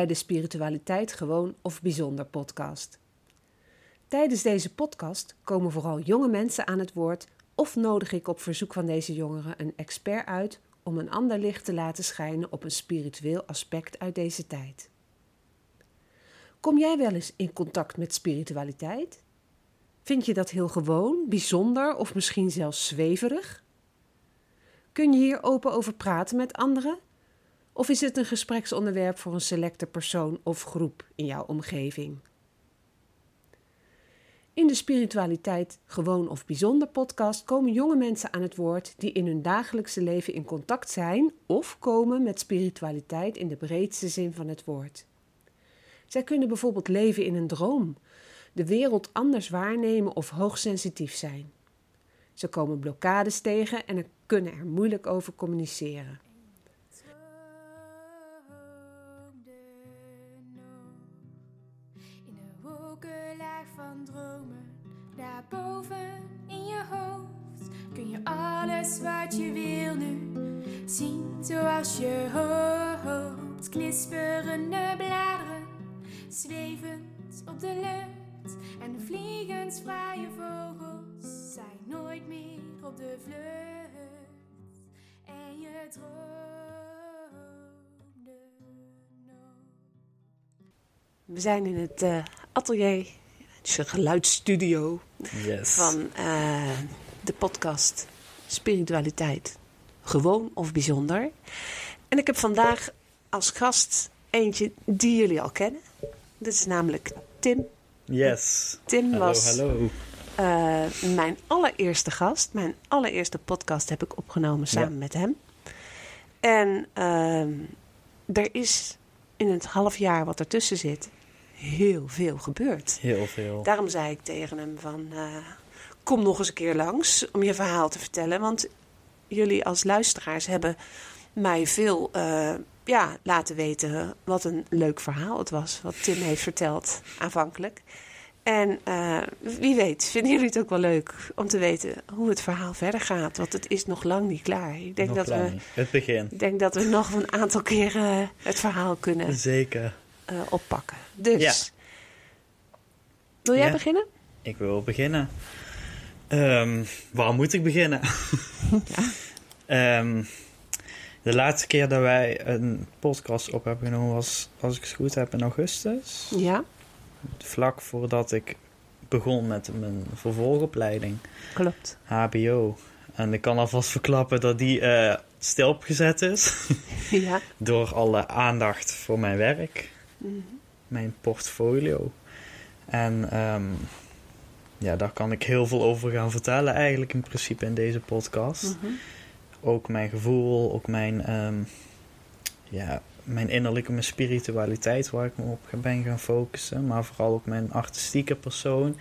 bij de Spiritualiteit Gewoon of Bijzonder podcast. Tijdens deze podcast komen vooral jonge mensen aan het woord of nodig ik op verzoek van deze jongeren een expert uit om een ander licht te laten schijnen op een spiritueel aspect uit deze tijd. Kom jij wel eens in contact met spiritualiteit? Vind je dat heel gewoon, bijzonder of misschien zelfs zweverig? Kun je hier open over praten met anderen? Of is het een gespreksonderwerp voor een selecte persoon of groep in jouw omgeving? In de Spiritualiteit Gewoon of Bijzonder podcast komen jonge mensen aan het woord die in hun dagelijkse leven in contact zijn of komen met spiritualiteit in de breedste zin van het woord. Zij kunnen bijvoorbeeld leven in een droom, de wereld anders waarnemen of hoogsensitief zijn. Ze komen blokkades tegen en kunnen er moeilijk over communiceren. In een wolkenlaag van dromen, daarboven in je hoofd, kun je alles wat je wil nu zien zoals je hoopt. Knisperende bladeren, zwevend op de lucht en de vliegensvrije vogels zijn nooit meer op de vlucht. En je droomde nog. We zijn in het atelier, het is een geluidsstudio van de podcast Spiritualiteit Gewoon of Bijzonder. En ik heb vandaag als gast eentje die jullie al kennen. Dit is namelijk Tim. Yes. Tim hallo, was hallo. Mijn allereerste gast. Mijn allereerste podcast heb ik opgenomen samen met hem. En er is in het half jaar wat ertussen zit heel veel gebeurd. Heel veel. Daarom zei ik tegen hem van kom nog eens een keer langs om je verhaal te vertellen. Want jullie als luisteraars hebben mij veel laten weten wat een leuk verhaal het was. Wat Tim heeft verteld aanvankelijk. En wie weet, vinden jullie het ook wel leuk om te weten hoe het verhaal verder gaat. Want het is nog lang niet klaar. Ik denk Het begin. Ik denk dat we nog een aantal keren het verhaal kunnen Zeker. oppakken. Dus, wil jij beginnen? Ik wil beginnen. Waar moet ik beginnen? De laatste keer dat wij een podcast op hebben genomen was, als ik het goed heb, in augustus. Ja. Vlak voordat ik begon met mijn vervolgopleiding. Klopt. HBO. En ik kan alvast verklappen dat die stilgezet is. Ja. Door alle aandacht voor mijn werk. Mm-hmm. Mijn portfolio. En daar kan ik heel veel over gaan vertellen eigenlijk in principe in deze podcast. Mm-hmm. Ook mijn gevoel, ook mijn innerlijke, mijn spiritualiteit waar ik me op ben gaan focussen. Maar vooral ook mijn artistieke persoon.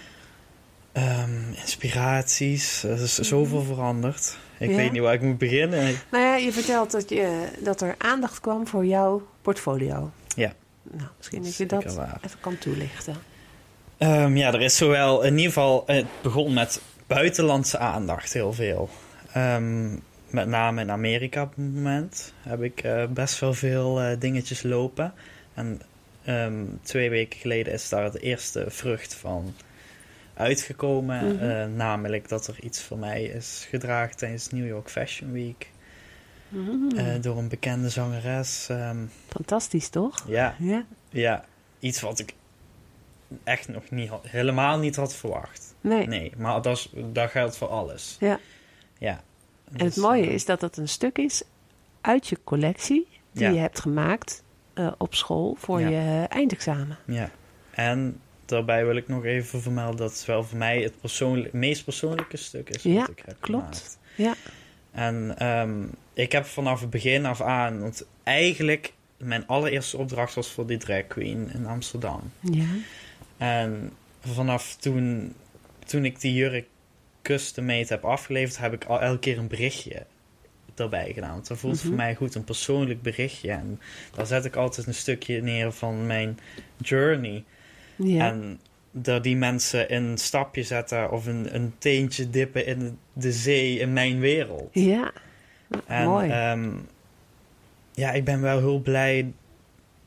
Inspiraties. Er is zoveel veranderd. Ik weet niet waar ik moet beginnen. Nou ja, je vertelt dat er aandacht kwam voor jouw portfolio. Ja. Nou, misschien dat je dat even kan toelichten. Er is zowel in ieder geval... Het begon met buitenlandse aandacht heel veel. Met name in Amerika op het moment heb ik best wel veel dingetjes lopen. En 2 weken geleden is daar de eerste vrucht van uitgekomen. Mm-hmm. Namelijk dat er iets voor mij is gedragen tijdens New York Fashion Week. Mm-hmm. Door een bekende zangeres. Fantastisch, toch? Ja, iets wat ik echt nog helemaal niet had verwacht. Nee, maar dat geldt voor alles. Ja. En het mooie is dat het een stuk is uit je collectie die je hebt gemaakt op school voor je eindexamen. Ja, en daarbij wil ik nog even vermelden dat het wel voor mij het meest persoonlijke stuk is wat ik heb gemaakt. Ja. En ik heb vanaf het begin af aan, want eigenlijk mijn allereerste opdracht was voor die drag queen in Amsterdam. Ja. En vanaf toen ik die jurk custom-made heb afgeleverd, heb ik al elke keer een berichtje erbij gedaan. Dat voelt voor mij goed, een persoonlijk berichtje. En daar zet ik altijd een stukje neer van mijn journey. Ja. En dat die mensen een stapje zetten of een teentje dippen in de zee in mijn wereld. Ja, en, mooi. Ik ben wel heel blij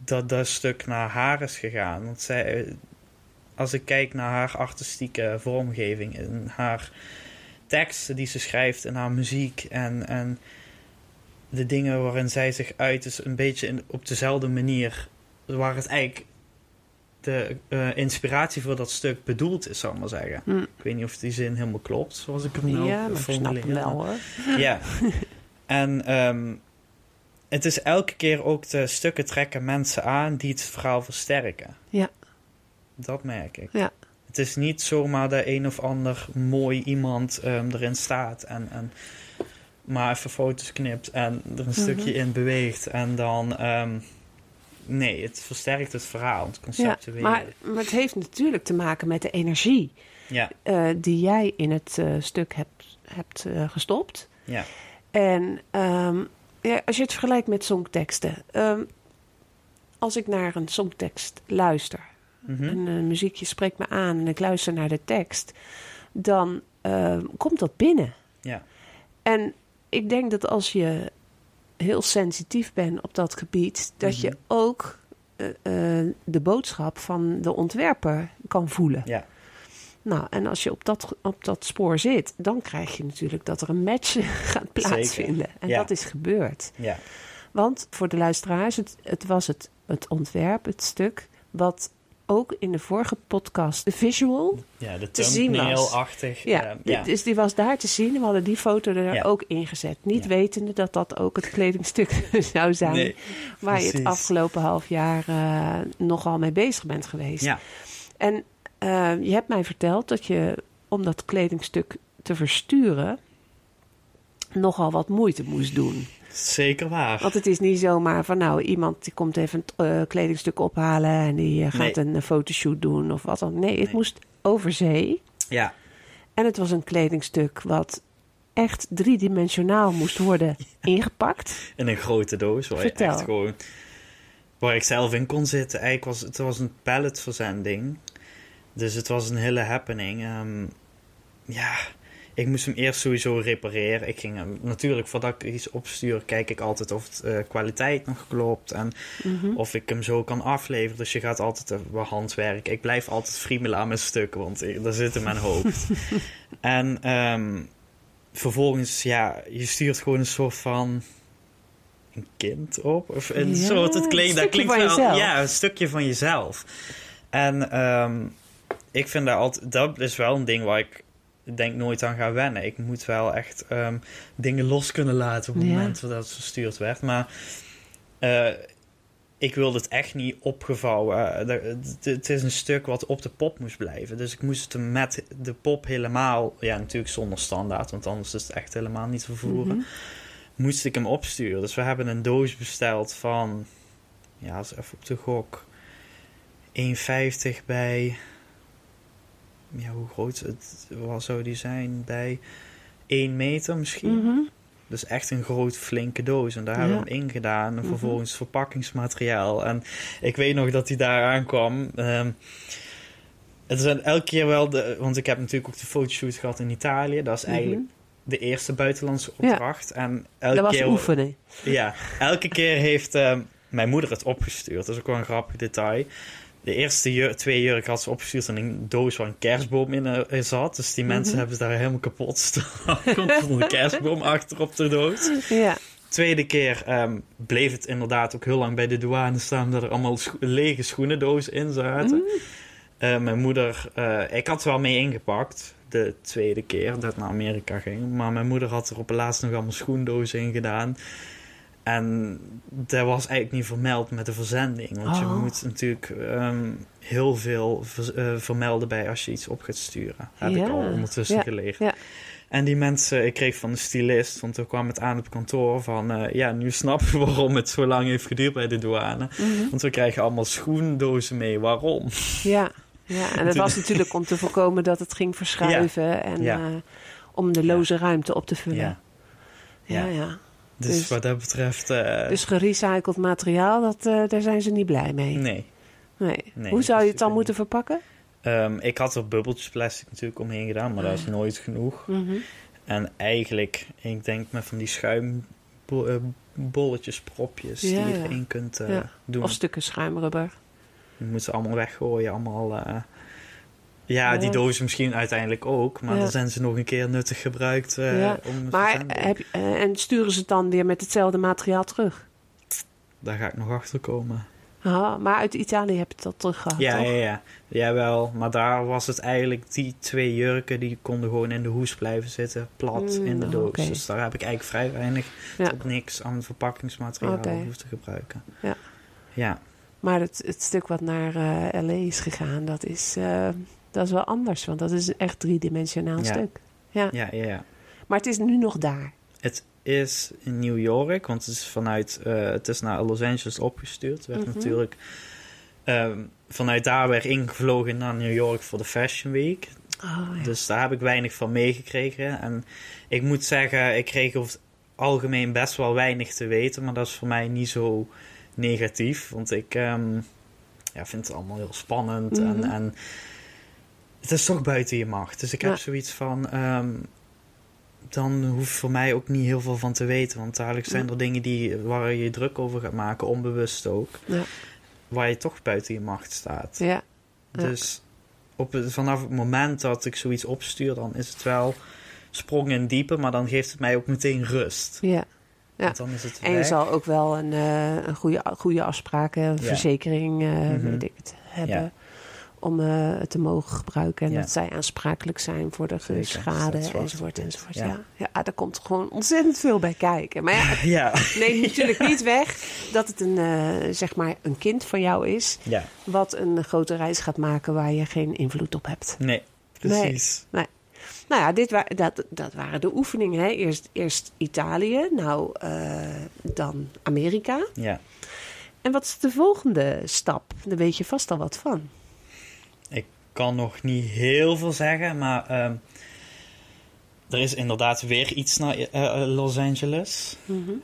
dat stuk naar haar is gegaan. Want zij, als ik kijk naar haar artistieke vormgeving, in haar teksten die ze schrijft, in haar muziek en de dingen waarin zij zich uit, is een beetje op dezelfde manier waar het eigenlijk de inspiratie voor dat stuk bedoeld is, zou ik maar zeggen. Ik weet niet of die zin helemaal klopt, zoals ik hem nou Ja, maar ik snap hem wel, hoor. Ja. En het is elke keer ook de stukken trekken mensen aan die het verhaal versterken. Ja. Dat merk ik. Ja. Het is niet zomaar dat een of ander mooi iemand erin staat en maar even foto's knipt en er een stukje in beweegt en dan... nee, het versterkt het verhaal, het conceptuele. Ja, maar het heeft natuurlijk te maken met de energie die jij in het stuk hebt gestopt. Ja. En als je het vergelijkt met songteksten. Als ik naar een songtekst luister, een muziekje spreekt me aan en ik luister naar de tekst, dan komt dat binnen. Ja. En ik denk dat als je heel sensitief bent op dat gebied, dat je ook de boodschap van de ontwerper kan voelen. Ja. Nou, en als je op dat spoor zit, dan krijg je natuurlijk dat er een match gaat plaatsvinden. Zeker. En dat is gebeurd. Ja. Want voor de luisteraars, het was het ontwerp, het stuk, wat ook in de vorige podcast, de visual, de te zien was. thumbnail-achtig. Dus die was daar te zien. We hadden die foto er ook ingezet. Niet wetende dat dat ook het kledingstuk zou zijn. Nee, waar precies. je het afgelopen half jaar nogal mee bezig bent geweest. Ja. En je hebt mij verteld dat je, om dat kledingstuk te versturen, nogal wat moeite moest doen. Zeker waar. Want het is niet zomaar van, nou, iemand die komt even een kledingstuk ophalen en die gaat een fotoshoot doen of wat dan. Nee, het moest over zee. Ja. En het was een kledingstuk wat echt driedimensionaal moest worden ingepakt. In een grote doos. Waar Vertel. Je echt gewoon, waar ik zelf in kon zitten. Eigenlijk het was een palletverzending. Dus het was een hele happening. Ik moest hem eerst sowieso repareren. Ik ging hem natuurlijk, voordat ik iets opstuur, kijk ik altijd of het kwaliteit nog klopt. En of ik hem zo kan afleveren. Dus je gaat altijd wat handwerk. Ik blijf altijd friemelen aan mijn stuk, want daar zit in mijn hoofd. En vervolgens, je stuurt gewoon een soort van een kind op. Of een soort, dat klinkt van jezelf. Ja, een stukje van jezelf. En ik vind dat is wel een ding waar ik denk nooit aan ga wennen. Ik moet wel echt dingen los kunnen laten op het moment dat het verstuurd werd. Maar ik wilde het echt niet opgevouwen. Het is een stuk wat op de pop moest blijven. Dus ik moest het met de pop helemaal... Ja, natuurlijk zonder standaard, want anders is het echt helemaal niet te vervoeren. Moest ik hem opsturen. Dus we hebben een doos besteld van... Ja, dat is even op de gok. 1,50 bij... Ja, hoe groot wat zou die zijn? Bij 1 meter misschien. Dus echt een groot flinke doos. En daar hebben we hem in gedaan. En vervolgens verpakkingsmateriaal. En ik weet nog dat hij daar aankwam. Het is elke keer wel... want ik heb natuurlijk ook de fotoshoot gehad in Italië. Dat is eigenlijk de eerste buitenlandse opdracht. Ja. En elke dat keer, was oefenen. Ja, elke keer heeft mijn moeder het opgestuurd. Dat is ook wel een grappig detail. De eerste 2 jurken had ze opgestuurd in een doos waar een kerstboom in zat. Dus die mensen hebben ze daar helemaal kapot staan. Komt er een kerstboom achter op de doos. Ja. Tweede keer bleef het inderdaad ook heel lang bij de douane staan... dat er allemaal lege schoenendozen in zaten. Mijn moeder... ik had er wel mee ingepakt, de tweede keer dat ik naar Amerika ging. Maar mijn moeder had er op het laatst nog allemaal schoendozen in gedaan... En dat was eigenlijk niet vermeld met de verzending. Want je moet natuurlijk heel veel vermelden bij als je iets op gaat sturen. Heb ik al ondertussen geleerd. Ja. En die mensen, ik kreeg van de stylist, want toen kwam het aan op kantoor van... nu snap je waarom het zo lang heeft geduurd bij de douane. Want we krijgen allemaal schoendozen mee. Waarom? Ja, en het was natuurlijk om te voorkomen dat het ging verschuiven. En om de loze ruimte op te vullen. Ja. Dus wat dat betreft... Dus gerecycled materiaal, daar zijn ze niet blij mee. Nee. Hoe zou je het dan moeten verpakken? Ik had er bubbeltjesplastic natuurlijk omheen gedaan, maar dat is nooit genoeg. En eigenlijk, ik denk met van die bolletjes, propjes die je erin kunt doen. Of stukken schuimrubber. Je moet ze allemaal weggooien, allemaal... die dozen misschien uiteindelijk ook, maar dan zijn ze nog een keer nuttig gebruikt om maar en sturen ze het dan weer met hetzelfde materiaal terug? Daar ga ik nog achter komen. Maar uit Italië heb je dat teruggehaald, toch? Ja. Jawel, maar daar was het eigenlijk... Die 2 jurken, die konden gewoon in de hoes blijven zitten. Plat in de doos. Okay. Dus daar heb ik eigenlijk vrij weinig tot niks aan verpakkingsmateriaal hoeven te gebruiken. Ja. Maar het stuk wat naar L.A. is gegaan, dat is wel anders. Want dat is een echt 3-dimensionaal stuk. Ja. Maar het is nu nog daar. Het is in New York, want het is naar Los Angeles opgestuurd. Het werd natuurlijk vanuit daar weer ingevlogen naar New York voor de Fashion Week. Dus daar heb ik weinig van meegekregen. En ik moet zeggen, ik kreeg over het algemeen best wel weinig te weten. Maar dat is voor mij niet zo negatief. Want ik vind het allemaal heel spannend. En het is toch buiten je macht. Dus ik heb zoiets van... dan hoef je voor mij ook niet heel veel van te weten. Want dadelijk zijn er dingen waar je druk over gaat maken, onbewust ook. Ja. Waar je toch buiten je macht staat. Ja. Dus vanaf het moment dat ik zoiets opstuur, dan is het wel sprong in diepe, maar dan geeft het mij ook meteen rust. Ja. Ja. Dan is het en je zal ook wel een goede afspraken, verzekering, weet ik het, hebben. Ja. Om het te mogen gebruiken. En dat zij aansprakelijk zijn voor de schade enzovoort. Ja, daar komt gewoon ontzettend veel bij kijken. Maar neemt natuurlijk niet weg dat het een kind van jou is. Ja. Wat een grote reis gaat maken waar je geen invloed op hebt. Nee, precies. Nee. Nou ja, dat waren de oefeningen. Hè? Eerst Italië, dan Amerika. Ja. En wat is de volgende stap? Daar weet je vast al wat van. Ik kan nog niet heel veel zeggen, maar er is inderdaad weer iets naar Los Angeles. Mm-hmm.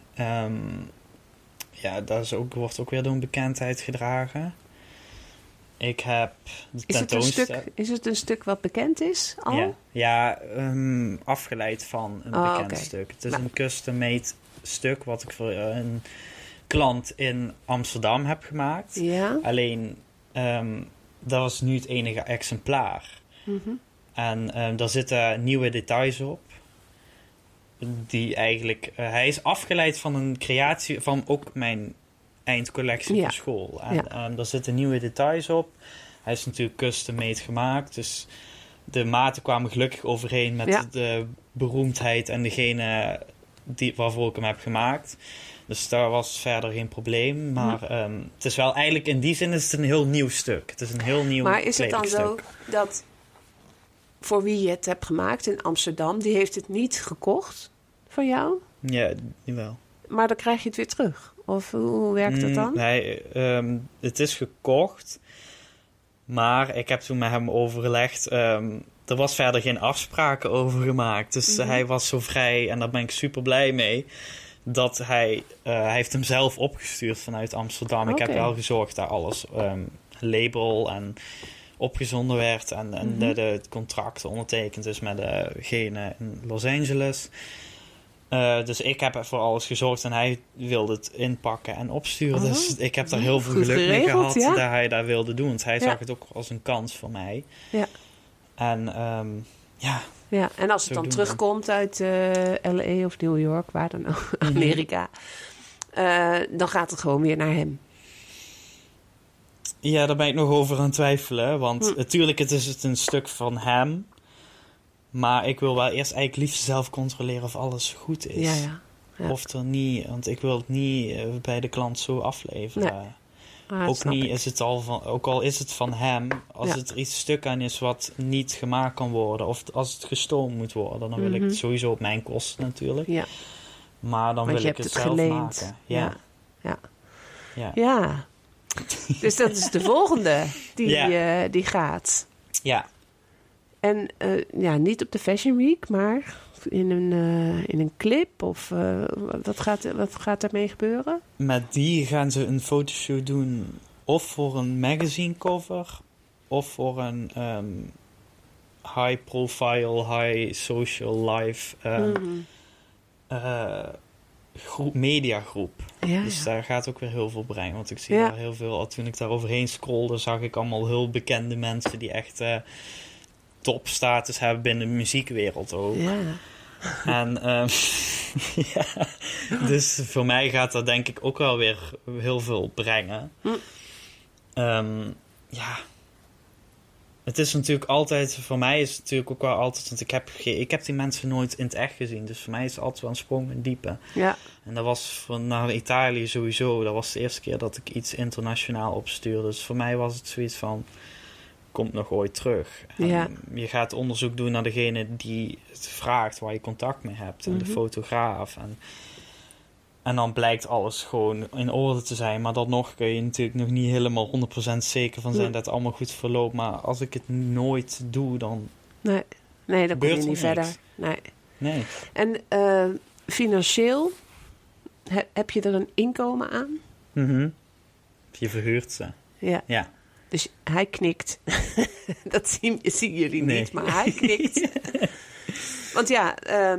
Dat wordt ook weer door een bekendheid gedragen. Ik heb de tentoonstelling... Is het een stuk wat bekend is al? Ja, afgeleid van een bekend stuk. Het is een custom-made stuk wat ik voor een klant in Amsterdam heb gemaakt. Ja. Alleen... dat was nu het enige exemplaar. Mm-hmm. En daar zitten nieuwe details op. Die eigenlijk... hij is afgeleid van een creatie van ook mijn eindcollectie op school. En daar zitten nieuwe details op. Hij is natuurlijk custom-made gemaakt. Dus de maten kwamen gelukkig overeen met de beroemdheid en degene waarvoor ik hem heb gemaakt. Dus daar was verder geen probleem. Maar het is wel eigenlijk in die zin is het een heel nieuw stuk. Het is een heel nieuw Maar is het dan zo dat voor wie je het hebt gemaakt in Amsterdam, die heeft het niet gekocht van jou? Ja, jawel. Maar dan krijg je het weer terug? Of hoe werkt dat dan? Nee, het is gekocht. Maar ik heb toen met hem overlegd. Er was verder geen afspraken over gemaakt. Dus hij was zo vrij en daar ben ik super blij mee. Dat hij heeft hem zelf opgestuurd vanuit Amsterdam. Okay. Ik heb wel gezorgd dat alles label en opgezonden werd. En de contract ondertekend is met degene in Los Angeles. Dus ik heb voor alles gezorgd en hij wilde het inpakken en opsturen. Dus ik heb daar heel veel geluk mee gehad dat hij dat wilde doen. Want hij zag het ook als een kans voor mij. Ja. En Ja, en als het dan terugkomt uit L.A. of New York, waar dan ook, Amerika, dan gaat het gewoon weer naar hem. Ja, daar ben ik nog over aan het twijfelen. Want natuurlijk is het een stuk van hem. Maar ik wil wel eerst eigenlijk liefst zelf controleren of alles goed is. Ja. Of er niet, want ik wil het niet bij de klant zo afleveren. Nee. Ook niet is het ook al is het van hem, als het er iets stuk aan is wat niet gemaakt kan worden, of als het gestoomd moet worden, dan wil ik het sowieso op mijn kosten natuurlijk. Ja. Maar dan wil ik het zelf geleend. Maken. Ja. Dus dat is de volgende die gaat. Ja. En niet op de Fashion Week, maar in een clip? Of wat gaat daarmee gebeuren? Met die gaan ze een fotoshoot doen. Of voor een magazine cover. Of voor een high profile, high social life mediagroep. Ja, Dus ja. daar gaat ook weer heel veel brengen. Want ik zie Ja. daar heel veel... Toen ik daar overheen scrollde, zag ik allemaal heel bekende mensen die echt topstatus hebben binnen de muziekwereld ook. Ja. En ja, dus voor mij gaat dat denk ik ook wel weer heel veel brengen. Ja, het is natuurlijk altijd, voor mij is het natuurlijk ook wel altijd, want ik heb die mensen nooit in het echt gezien, dus voor mij is het altijd wel een sprong in diepe. Ja. En dat was naar Italië sowieso, dat was de eerste keer dat ik iets internationaal opstuurde, dus voor mij was het zoiets van, komt nog ooit terug. En Ja. je gaat onderzoek doen naar degene die het vraagt, waar je contact mee hebt, en de fotograaf. En dan blijkt alles gewoon in orde te zijn. Maar dan nog kun je natuurlijk nog niet helemaal 100% zeker van zijn dat het allemaal goed verloopt. Maar als ik het nooit doe, dan... Nee, dan kom Gebeurt je er niet niks. verder. Nee. Nee. En financieel, heb je er een inkomen aan? Je verhuurt ze. Ja. Ja. Dus hij knikt. Dat zien jullie Nee. niet, maar hij knikt. Want ja,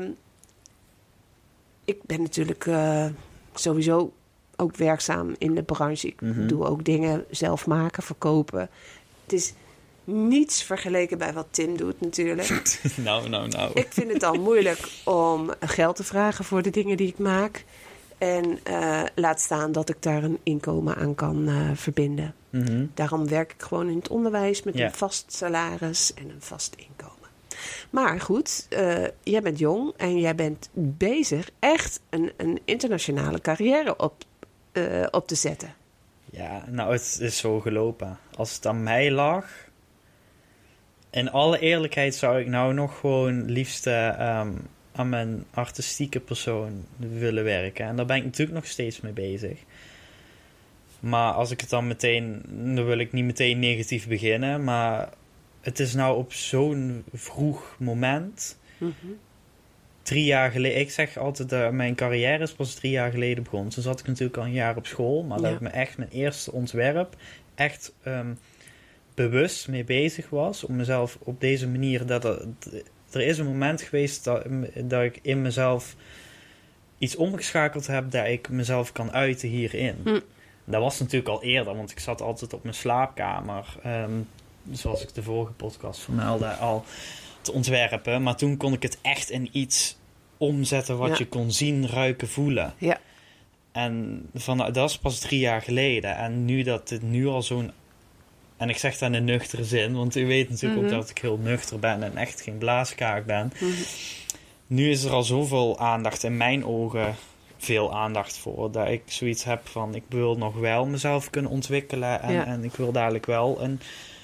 ik ben natuurlijk sowieso ook werkzaam in de branche. Ik doe ook dingen zelf maken, verkopen. Het is niets vergeleken bij wat Tim doet natuurlijk. Nou. Ik vind het al moeilijk om geld te vragen voor de dingen die ik maak. En laat staan dat ik daar een inkomen aan kan verbinden. Daarom werk ik gewoon in het onderwijs met een vast salaris en een vast inkomen. Maar goed, jij bent jong en jij bent bezig echt een internationale carrière op te zetten. Ja, nou, het is zo gelopen. Als het aan mij lag... In alle eerlijkheid zou ik nou nog gewoon liefst aan mijn artistieke persoon willen werken. En daar ben ik natuurlijk nog steeds mee bezig. Maar als ik het dan meteen... Dan wil ik niet meteen negatief beginnen, maar... Het is nou op zo'n vroeg moment. 3 jaar geleden... Ik zeg altijd, mijn carrière is pas 3 jaar geleden begonnen. Toen zat ik natuurlijk al een jaar op school. Maar dat ik me echt mijn eerste ontwerp... echt bewust mee bezig was. Om mezelf op deze manier... Er is een moment geweest dat ik in mezelf... iets omgeschakeld heb... dat ik mezelf kan uiten hierin. Dat was natuurlijk al eerder. Want ik zat altijd op mijn slaapkamer... zoals ik de vorige podcast vermeldde, al te ontwerpen. Maar toen kon ik het echt in iets omzetten wat je kon zien, ruiken, voelen. Ja. En dat is pas 3 jaar geleden. En nu dat het nu al zo'n... En ik zeg dat in een nuchtere zin, want u weet natuurlijk ook dat ik heel nuchter ben en echt geen blaaskaak ben. Nu is er al zoveel aandacht in mijn ogen, veel aandacht voor, dat ik zoiets heb van, ik wil nog wel mezelf kunnen ontwikkelen en ik wil dadelijk wel een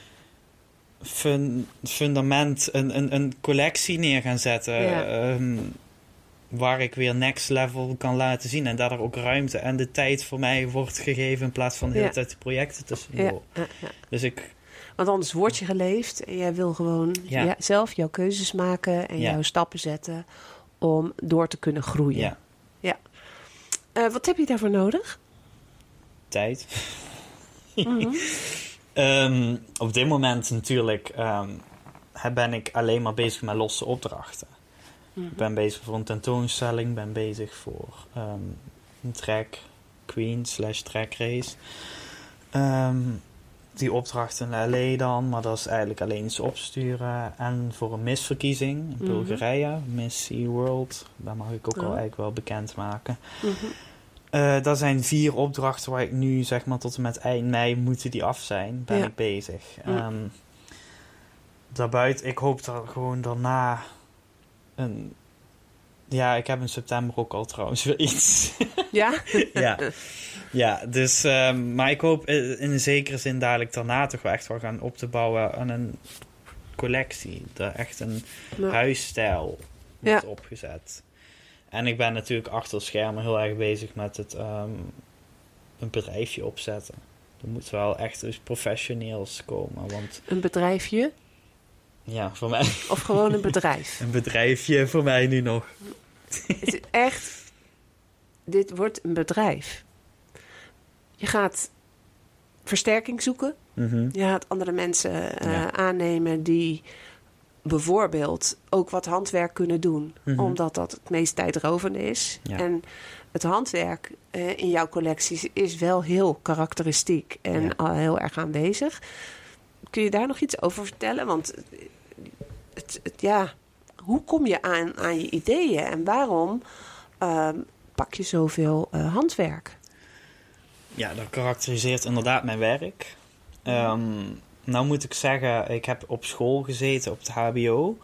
fundament, een collectie neer gaan zetten. Waar ik weer next level kan laten zien. En dat er ook ruimte en de tijd voor mij wordt gegeven in plaats van de hele tijd de projecten tussendoor. Ja. Dus want anders word je geleefd en jij wil gewoon zelf jouw keuzes maken en jouw stappen zetten om door te kunnen groeien. Ja. Wat heb je daarvoor nodig? Tijd. Op dit moment natuurlijk ben ik alleen maar bezig met losse opdrachten. Ik ben bezig voor een tentoonstelling, ben bezig voor een track queen / track race. Die opdracht in LA dan, maar dat is eigenlijk alleen iets opsturen. En voor een misverkiezing in Bulgarije, Miss Sea World, daar mag ik ook al eigenlijk wel bekendmaken. Dat zijn 4 opdrachten waar ik nu, zeg maar, tot en met eind mei moeten die af zijn. Ben ik bezig. Daarbuiten, ik hoop dat gewoon daarna ik heb in september ook al trouwens weer iets. Ja? Ja, dus, maar ik hoop in een zekere zin dadelijk daarna toch wel echt wel gaan op te bouwen aan een collectie. Dat echt een huisstijl wordt opgezet. En ik ben natuurlijk achter de schermen heel erg bezig met het een bedrijfje opzetten. Er moet wel echt dus professioneels komen. Want, een bedrijfje? Ja, voor mij. Of gewoon een bedrijf? Een bedrijfje voor mij nu nog. Het is echt... Dit wordt een bedrijf. Je gaat versterking zoeken. Je gaat andere mensen aannemen die bijvoorbeeld ook wat handwerk kunnen doen. Mhm. Omdat dat het meest tijdrovend is. Ja. En het handwerk in jouw collecties is wel heel karakteristiek en al heel erg aanwezig. Kun je daar nog iets over vertellen? Want hoe kom je aan je ideeën en waarom pak je zoveel handwerk? Ja, dat karakteriseert inderdaad mijn werk. Nou moet ik zeggen, ik heb op school gezeten op het HBO.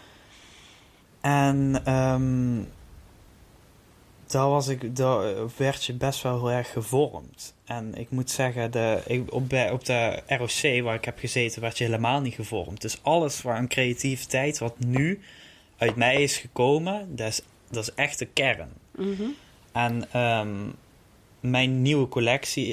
En daar werd je best wel heel erg gevormd. En ik moet zeggen, op de ROC waar ik heb gezeten, werd je helemaal niet gevormd. Dus alles waar een creativiteit, wat nu uit mij is gekomen, dat is echt de kern. Mm-hmm. En mijn nieuwe collectie,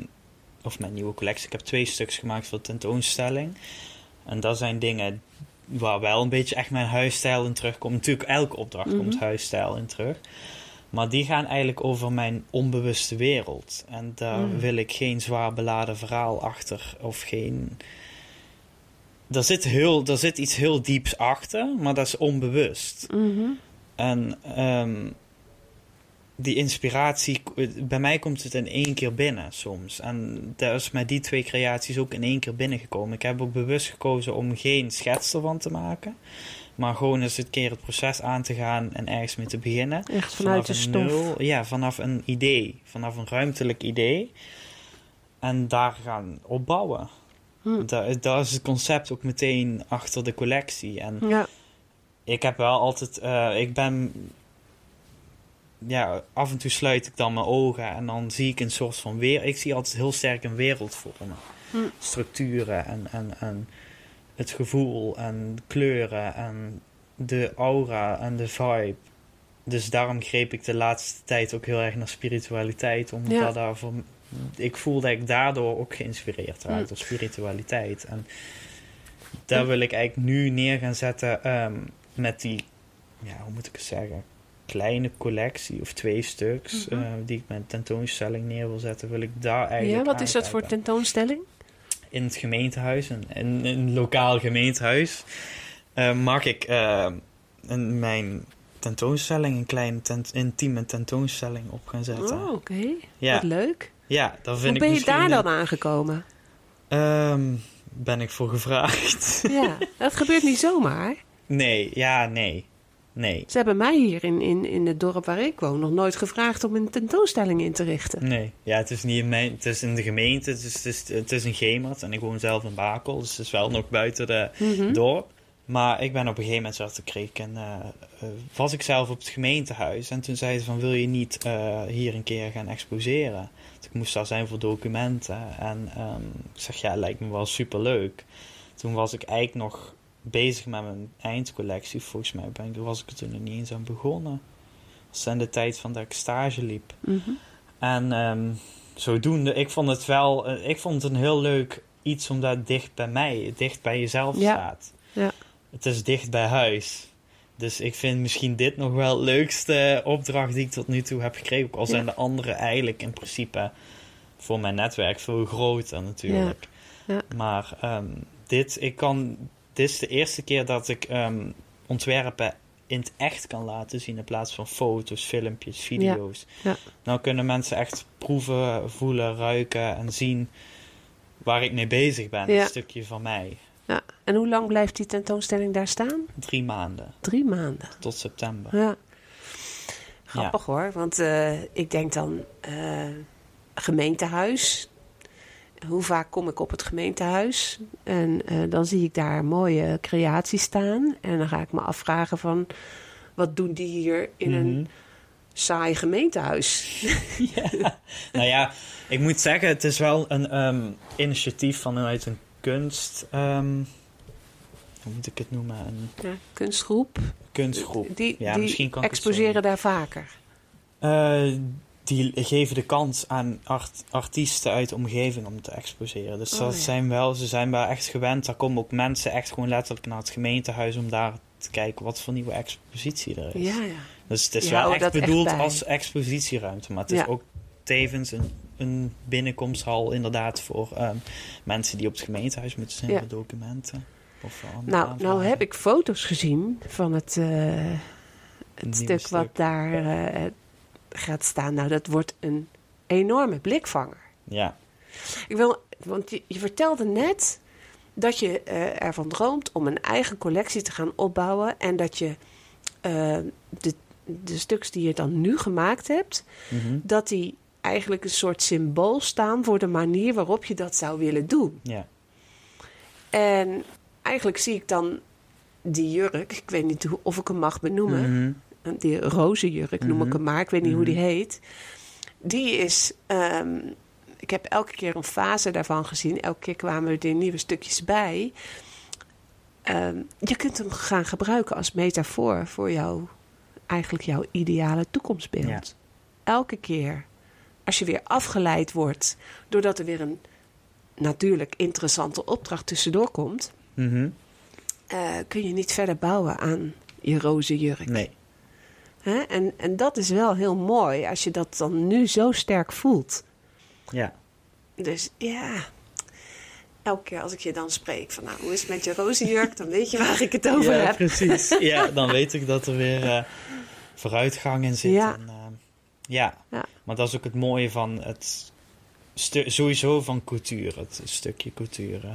ik heb 2 stuks gemaakt voor de tentoonstelling. En dat zijn dingen waar wel een beetje echt mijn huisstijl in terugkomt. Natuurlijk, elke opdracht komt huisstijl in terug. Maar die gaan eigenlijk over mijn onbewuste wereld. En daar wil ik geen zwaar beladen verhaal achter. Of geen... Er zit iets heel dieps achter, maar dat is onbewust. Mm-hmm. En die inspiratie, bij mij komt het in 1 keer binnen soms. En dat is met die 2 creaties ook in 1 keer binnengekomen. Ik heb ook bewust gekozen om geen schets ervan te maken. Maar gewoon eens een keer het proces aan te gaan en ergens mee te beginnen. Echt vanuit de stof. Vanaf een idee. Vanaf een ruimtelijk idee. En daar gaan opbouwen. Daar is het concept ook meteen achter de collectie. En ik heb wel altijd... af en toe sluit ik dan mijn ogen en dan zie ik een soort van ik zie altijd heel sterk een wereld vormen. Structuren en het gevoel en kleuren en de aura en de vibe. Dus daarom greep ik de laatste tijd ook heel erg naar spiritualiteit. Omdat ik voel dat ik daardoor ook geïnspireerd raak door spiritualiteit. En daar wil ik eigenlijk nu neer gaan zetten met die, hoe moet ik het zeggen, kleine collectie of 2 stuks die ik met een tentoonstelling neer wil zetten, wil ik daar eigenlijk wat is dat voor tentoonstelling? In het gemeentehuis, in een lokaal gemeentehuis, mag ik mijn tentoonstelling, een kleine intieme tentoonstelling op gaan zetten. Oh, oké. Wat leuk. Ja, dat vind Hoe ik ben je daar dan aangekomen? Ben ik voor gevraagd. Ja, dat gebeurt niet zomaar. Nee. Ze hebben mij hier in het dorp waar ik woon nog nooit gevraagd om een tentoonstelling in te richten. Nee, het is niet het is in de gemeente, het is een Gemert en ik woon zelf in Bakel, dus het is wel nog buiten de dorp. Maar ik ben op een gegeven moment zo te kreken en was ik zelf op het gemeentehuis en toen zei ze van, wil je niet hier een keer gaan exposeren? Dus ik moest daar zijn voor documenten en ik zeg, lijkt me wel superleuk. Toen was ik eigenlijk nog bezig met mijn eindcollectie. Volgens mij was ik er toen nog niet eens aan begonnen. Dat was in de tijd van dat ik stage liep. Mm-hmm. En zodoende, ik vond het een heel leuk iets omdat het dicht bij jezelf staat. Ja. Het is dicht bij huis. Dus ik vind misschien dit nog wel de leukste opdracht die ik tot nu toe heb gekregen. Ook al zijn de andere eigenlijk in principe voor mijn netwerk veel groter natuurlijk. Ja. Maar dit is de eerste keer dat ik ontwerpen in het echt kan laten zien in plaats van foto's, filmpjes, video's. Ja. Nou kunnen mensen echt proeven, voelen, ruiken en zien waar ik mee bezig ben. Een stukje van mij. Ja. En hoe lang blijft die tentoonstelling daar staan? 3 maanden. 3 maanden? Tot september. Ja. Grappig hoor, want ik denk dan gemeentehuis. Hoe vaak kom ik op het gemeentehuis? En dan zie ik daar mooie creaties staan. En dan ga ik me afvragen van, wat doen die hier in een saai gemeentehuis? Ja. Nou ja, ik moet zeggen, het is wel een initiatief vanuit een kunst... hoe moet ik het noemen? Kunstgroep. Die misschien kan exposeren daar vaker. Die geven de kans aan artiesten uit de omgeving om te exposeren. Dus ze zijn wel echt gewend. Daar komen ook mensen echt gewoon letterlijk naar het gemeentehuis om daar te kijken wat voor nieuwe expositie er is. Ja. Dus het is wel echt bedoeld als expositieruimte. Maar het is ook tevens een binnenkomsthal inderdaad voor mensen die op het gemeentehuis moeten zijn voor documenten. Of andere Nou aanvragen? heb ik foto's gezien van het stuk wat daar gaat staan. Nou, dat wordt een enorme blikvanger. Ja. Want je vertelde net dat je ervan droomt om een eigen collectie te gaan opbouwen. En dat je de stuks die je dan nu gemaakt hebt, dat die eigenlijk een soort symbool staan voor de manier waarop je dat zou willen doen. Ja. En eigenlijk zie ik dan die jurk, ik weet niet of ik hem mag benoemen, die roze jurk noem ik hem maar, ik weet niet hoe die heet. Die is, ik heb elke keer een fase daarvan gezien, elke keer kwamen er nieuwe stukjes bij. Je kunt hem gaan gebruiken als metafoor voor eigenlijk jouw ideale toekomstbeeld. Ja. Elke keer als je weer afgeleid wordt doordat er weer een natuurlijk interessante opdracht tussendoor komt, kun je niet verder bouwen aan je roze jurk. Nee. Hè? En dat is wel heel mooi als je dat dan nu zo sterk voelt. Ja. Dus ja, elke keer als ik je dan spreek van hoe is het met je roze jurk, dan weet je waar ik het over heb. Precies. Ja, dan weet ik dat er weer vooruitgang in zit. Ja. En, ja, maar dat is ook het mooie van het sowieso van couture, het stukje couture.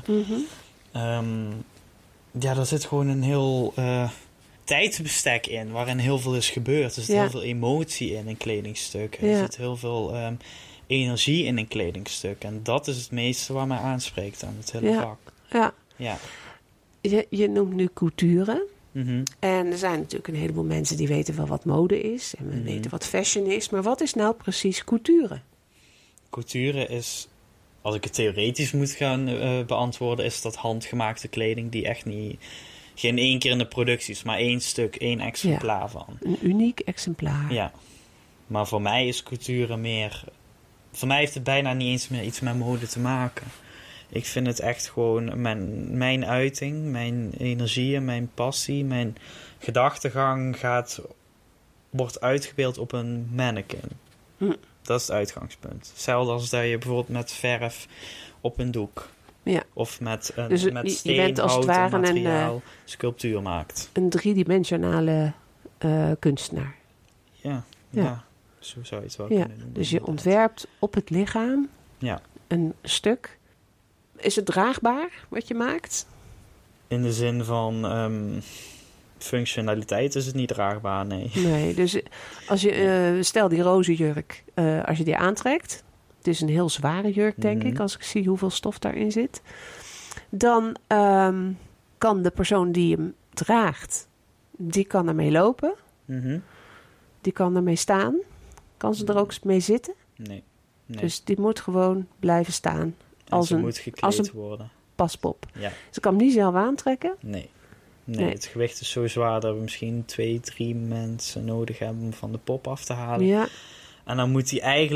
Ja, daar zit gewoon een heel tijdsbestek in, waarin heel veel is gebeurd. Er zit heel veel emotie in een kledingstuk. Er zit heel veel energie in een kledingstuk. En dat is het meeste wat mij aanspreekt aan het hele vak. Ja. Je noemt nu couture. Mm-hmm. En er zijn natuurlijk een heleboel mensen die weten wel wat mode is. En we weten wat fashion is. Maar wat is nou precies couture? Couture is, als ik het theoretisch moet gaan beantwoorden, is dat handgemaakte kleding die echt niet, geen één keer in de productie is, maar één stuk, één exemplaar van. Een uniek exemplaar. Ja. Maar voor mij is couture meer, voor mij heeft het bijna niet eens meer iets met mode te maken. Ik vind het echt gewoon mijn uiting, mijn energieën, mijn passie, mijn gedachtegang wordt uitgebeeld op een mannequin. Dat is het uitgangspunt. Hetzelfde als dat je bijvoorbeeld met verf op een doek. Ja. Of met steen, bent als hout het ware en materiaal sculptuur maakt. Een driedimensionale kunstenaar. Ja, zo zou je het wel kunnen doen. Dus je ontwerpt op het lichaam een stuk. Is het draagbaar wat je maakt? In de zin van functionaliteit is het niet draagbaar, nee. Nee, dus als je, stel die roze jurk, als je die aantrekt, het is een heel zware jurk denk ik, als ik zie hoeveel stof daarin zit, dan kan de persoon die hem draagt, die kan ermee lopen, die kan ermee staan, kan ze er ook mee zitten? Nee. Dus die moet gewoon blijven staan. Als moet gekleed worden. Paspop. Ja. Ze kan hem niet zelf aantrekken? Nee, het gewicht is zo zwaar dat we misschien 2-3 mensen nodig hebben om van de pop af te halen. Ja. En dan moet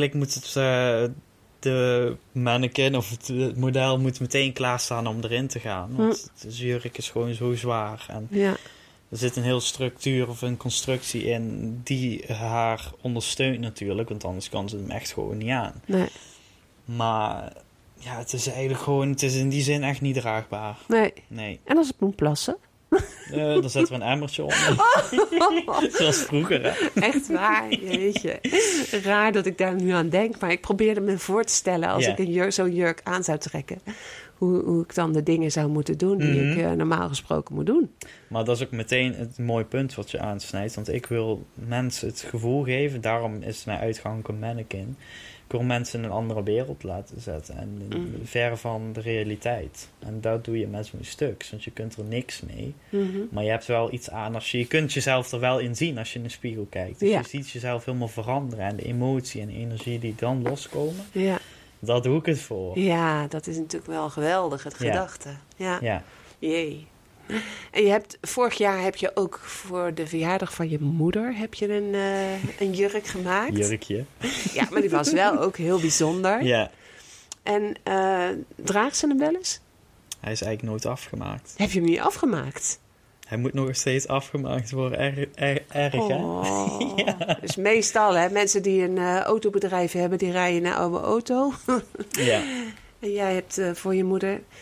de mannequin of het model moet meteen klaarstaan om erin te gaan. Want de jurk is gewoon zo zwaar. En er zit een heel structuur of een constructie in die haar ondersteunt natuurlijk. Want anders kan ze hem echt gewoon niet aan. Nee. Maar ja, het is eigenlijk gewoon, het is in die zin echt niet draagbaar. Nee. En als ik moet plassen? Dan zetten we een emmertje onder. Zoals vroeger, hè? Echt waar, jeetje. Raar dat ik daar nu aan denk. Maar ik probeerde me voor te stellen als ik zo'n jurk aan zou trekken. Hoe ik dan de dingen zou moeten doen die ik normaal gesproken moet doen. Maar dat is ook meteen het mooie punt wat je aansnijdt. Want ik wil mensen het gevoel geven. Daarom is mijn uitgang een mannequin. Ik wil mensen in een andere wereld laten zetten. En ver van de realiteit. En dat doe je met zo'n stuk. Want je kunt er niks mee. Maar je hebt wel iets aan. Je kunt jezelf er wel in zien als je in de spiegel kijkt. Dus je ziet jezelf helemaal veranderen. En de emotie en de energie die dan loskomen. Ja. Dat doe ik het voor. Ja, dat is natuurlijk wel geweldig, het gedachte. Ja. Jee. En vorig jaar heb je ook voor de verjaardag van je moeder een jurk gemaakt. Jurkje. Ja, maar die was wel ook heel bijzonder. Ja. En draagt ze hem wel eens? Hij is eigenlijk nooit afgemaakt. Heb je hem niet afgemaakt? Hij moet nog steeds afgemaakt worden. Erg, hè? Dus meestal, hè, mensen die een autobedrijf hebben, die rijden een oude auto. Ja. En jij hebt voor je moeder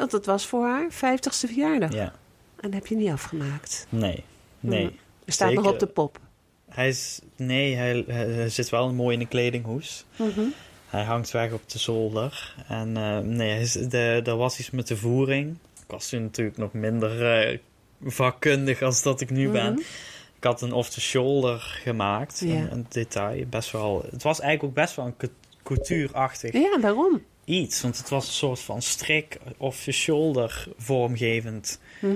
Want dat was voor haar 50ste verjaardag. Ja. En dat heb je niet afgemaakt. Nee. Er staat Zeker. nog op de pop. Hij zit wel mooi in een kledinghoes. Hij hangt weg op de zolder. En er was iets met de voering. Ik was toen natuurlijk nog minder vakkundig als dat ik nu ben. Ik had een off-the-shoulder gemaakt. Ja. Een detail. Best wel, het was eigenlijk ook best wel een couture-achtig Ja, daarom. iets. Want het was een soort van strik off-the-shoulder vormgevend.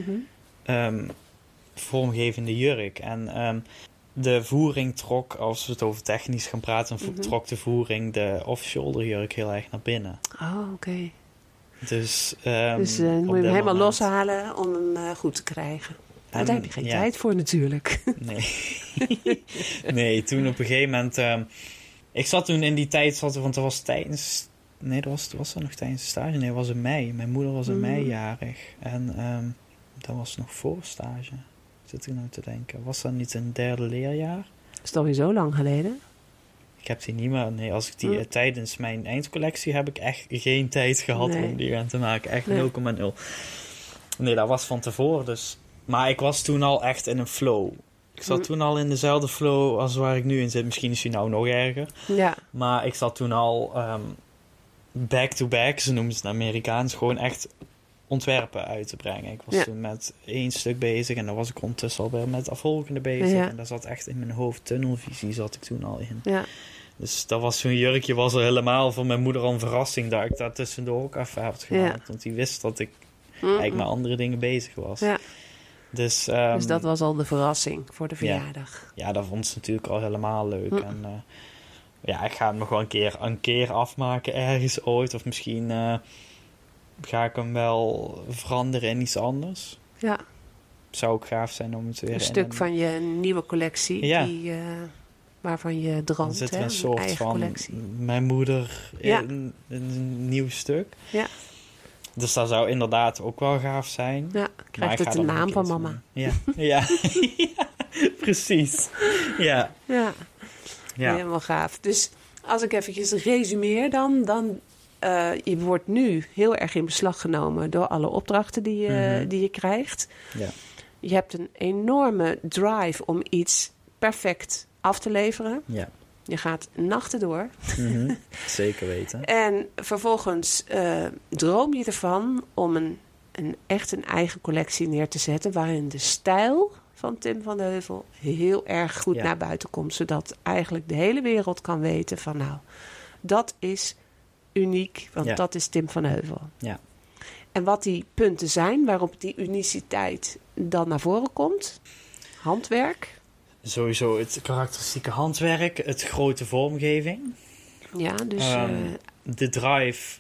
Vormgevende jurk. En de voering trok, als we het over technisch gaan praten, trok de voering de off-shoulder jurk heel erg naar binnen. Oh, oké. Dus moet je hem helemaal loshalen om hem goed te krijgen. Daar heb je geen tijd voor natuurlijk. Nee. Nee, toen op een gegeven moment... ik zat toen in die tijd, want dat was tijdens... Nee, dat was nog tijdens de stage. Nee, dat was in mei. Mijn moeder was in mei jarig. En dat was nog voor stage. Zit ik nou te denken. Was dat niet een derde leerjaar? Is dat weer zo lang geleden? Ik heb die niet meer... Nee, als ik die tijdens mijn eindcollectie heb ik echt geen tijd gehad om die aan te maken. Echt 0,0. Nee, dat was van tevoren dus... Maar ik was toen al echt in een flow. Ik zat toen al in dezelfde flow als waar ik nu in zit. Misschien is die nou nog erger. Ja. Maar ik zat toen al back-to-back, ze noemen het in Amerikaans, gewoon echt ontwerpen uit te brengen. Ik was toen met 1 stuk bezig en dan was ik ondertussen alweer met het volgende bezig. Ja. En daar zat echt in mijn hoofd tunnelvisie zat ik toen al in. Ja. Dus dat was zo'n jurkje, was er helemaal voor mijn moeder al een verrassing dat ik daar tussendoor ook even had gemaakt. Ja. Want die wist dat ik eigenlijk met andere dingen bezig was. Ja. Dus dat was al de verrassing voor de verjaardag. Ja, dat vond ze natuurlijk al helemaal leuk. En ik ga hem nog wel een keer afmaken ergens ooit. Of misschien ga ik hem wel veranderen in iets anders. Ja. Zou ook gaaf zijn om het weer... Een stuk van je nieuwe collectie, waarvan je droomt. Dan zit er een soort eigen van collectie. Mijn moeder in een nieuw stuk. Ja. Dus dat zou inderdaad ook wel gaaf zijn. Ja, krijgt het de naam van mama. Ja. Ja. Precies. Ja. Helemaal gaaf. Dus als ik eventjes resumeer dan je wordt nu heel erg in beslag genomen door alle opdrachten die je krijgt. Ja. Je hebt een enorme drive om iets perfect af te leveren. Ja. Je gaat nachten door. Zeker weten. En vervolgens droom je ervan om echt een eigen collectie neer te zetten, waarin de stijl van Tim van de Heuvel heel erg goed naar buiten komt. Zodat eigenlijk de hele wereld kan weten van nou, dat is uniek, want dat is Tim van de Heuvel. Ja. En wat die punten zijn waarop die uniciteit dan naar voren komt. Handwerk. Sowieso het karakteristieke handwerk, het grote vormgeving. Ja, dus... de drive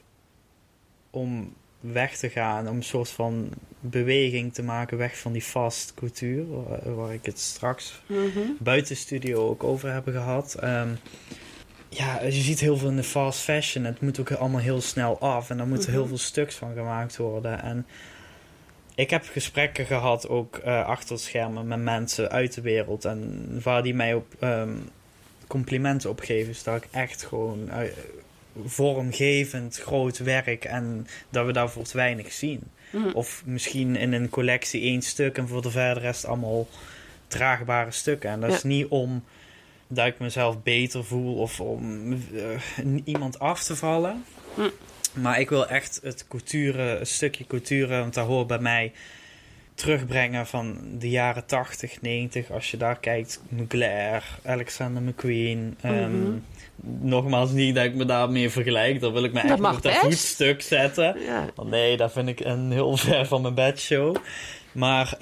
om weg te gaan, om een soort van beweging te maken, weg van die fast couture, waar ik het straks buiten de studio ook over heb gehad. Je ziet heel veel in de fast fashion. Het moet ook allemaal heel snel af en daar moeten heel veel stuks van gemaakt worden. En ik heb gesprekken gehad ook achter het schermen met mensen uit de wereld en waar die mij op complimenten op geven, is dat ik echt gewoon vormgevend groot werk en dat we daarvoor te weinig zien. Of misschien in een collectie 1 stuk en voor de verder rest allemaal draagbare stukken. En dat is niet om dat ik mezelf beter voel of om iemand af te vallen. Maar ik wil echt het couture, een stukje couture, want dat hoort bij mij, terugbrengen van de jaren 80, 90. Als je daar kijkt, Mugler, Alexander McQueen. Nogmaals, niet dat ik me daarmee vergelijk. Dan wil ik me echt op dat voetstuk zetten. Ja. Want nee, dat vind ik een heel ver van mijn bedshow. Maar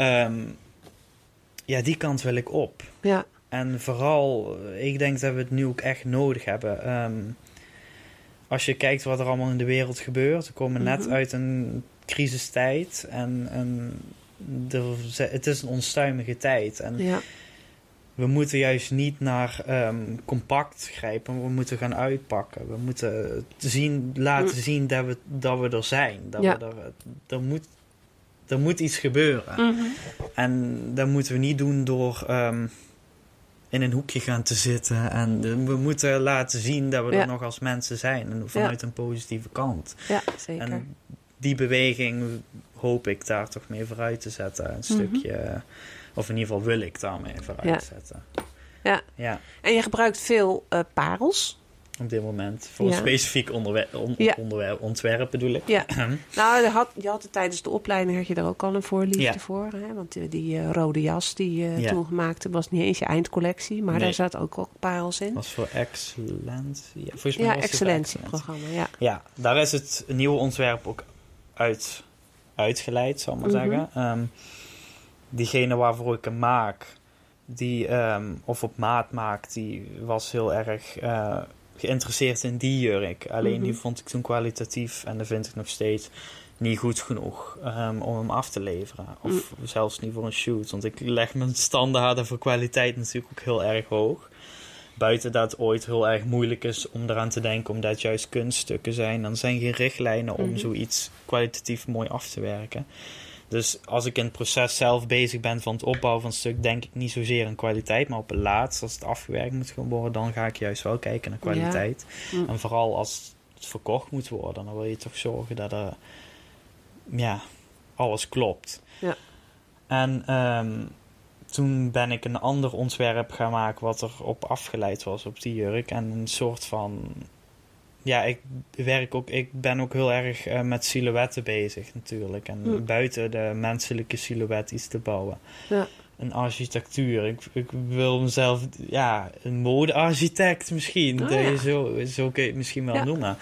die kant wil ik op. Ja. En vooral, ik denk dat we het nu ook echt nodig hebben. Als je kijkt wat er allemaal in de wereld gebeurt. We komen net uit een crisistijd. En het is een onstuimige tijd. En we moeten juist niet naar compact grijpen. We moeten gaan uitpakken. We moeten laten zien dat we er zijn. Er moet iets gebeuren. En dat moeten we niet doen door in een hoekje gaan te zitten. En we moeten laten zien dat we er nog als mensen zijn. En vanuit een positieve kant. Ja, zeker. En die beweging hoop ik daar toch mee vooruit te zetten. Een stukje, of in ieder geval wil ik daarmee vooruit zetten. Ja. En je gebruikt veel parels. Op dit moment. Voor een specifiek onderwerp, ontwerp bedoel ik. Ja. Nou, je had tijdens de opleiding had je er ook al een voorliefde voor. Hè? Want die rode jas die je toen gemaakt hebt, was niet eens je eindcollectie. Maar daar zat ook parels in. Dat was voor Excellentie. Volgens mij was Excellentieprogramma. Ja, daar is het nieuwe ontwerp ook uitgeleid, zal ik maar zeggen. Diegene waarvoor ik hem maak, of op maat maak, die was heel erg geïnteresseerd in die jurk. Alleen die vond ik toen kwalitatief en dat vind ik nog steeds niet goed genoeg om hem af te leveren. Of zelfs niet voor een shoot. Want ik leg mijn standaarden voor kwaliteit natuurlijk ook heel erg hoog. Buiten dat het ooit heel erg moeilijk is om eraan te denken, omdat het juist kunststukken zijn. Dan zijn geen richtlijnen om zoiets kwalitatief mooi af te werken. Dus als ik in het proces zelf bezig ben van het opbouwen van het stuk, denk ik niet zozeer aan kwaliteit. Maar op het laatst, als het afgewerkt moet gaan worden, dan ga ik juist wel kijken naar kwaliteit. Ja. En vooral als het verkocht moet worden, dan wil je toch zorgen dat er alles klopt. Ja. En toen ben ik een ander ontwerp gaan maken wat er op afgeleid was op die jurk. En een soort van... Ja, ik ben ook heel erg met silhouetten bezig natuurlijk. En buiten de menselijke silhouet iets te bouwen. Ja. Een architectuur. Ik wil mezelf, een modearchitect misschien. Zo kun je het misschien wel noemen.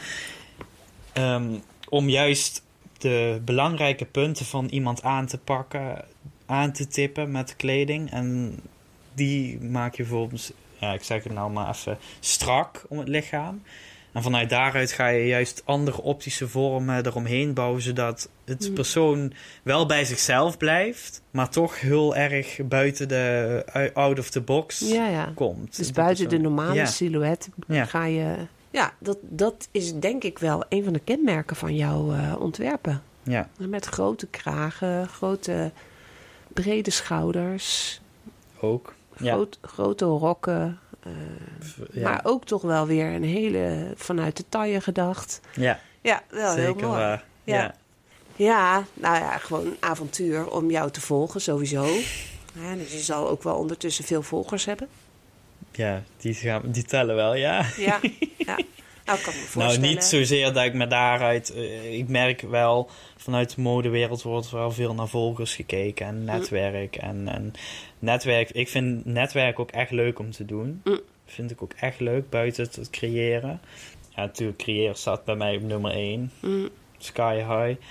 Om juist de belangrijke punten van iemand aan te pakken, aan te tippen met kleding. En die maak je bijvoorbeeld, ik zeg het nou maar even, strak om het lichaam. En vanuit daaruit ga je juist andere optische vormen eromheen bouwen, zodat het persoon wel bij zichzelf blijft, maar toch heel erg buiten de out of the box komt. Dus buiten de normale silhouet ga je... Ja, dat is denk ik wel een van de kenmerken van jouw ontwerpen. Ja. Met grote kragen, grote brede schouders. Ook. Grote rokken. Maar ook toch wel weer een hele vanuit de taille gedacht. Ja, wel zeker heel mooi. Waar. Ja, nou ja, gewoon een avontuur om jou te volgen sowieso. Ja, dus je zal ook wel ondertussen veel volgers hebben. Ja, die tellen wel, ja. Ja. Nou, kan me voorstellen. Nou, niet zozeer dat ik me daaruit... ik merk wel, vanuit de modewereld wordt wel veel naar volgers gekeken. En netwerk. En netwerk... Ik vind netwerk ook echt leuk om te doen. Vind ik ook echt leuk, buiten het creëren. Ja, natuurlijk, creëren staat bij mij op nummer 1. Sky high.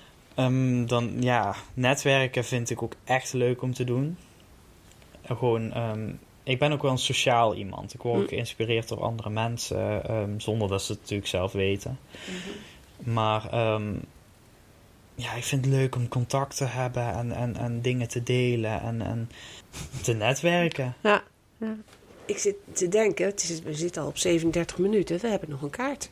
Netwerken vind ik ook echt leuk om te doen. Gewoon... ik ben ook wel een sociaal iemand. Ik word geïnspireerd door andere mensen, zonder dat ze het natuurlijk zelf weten. Maar ik vind het leuk om contact te hebben en dingen te delen en te netwerken. Ja. Ik zit te denken, we zitten al op 37 minuten, we hebben nog een kaart.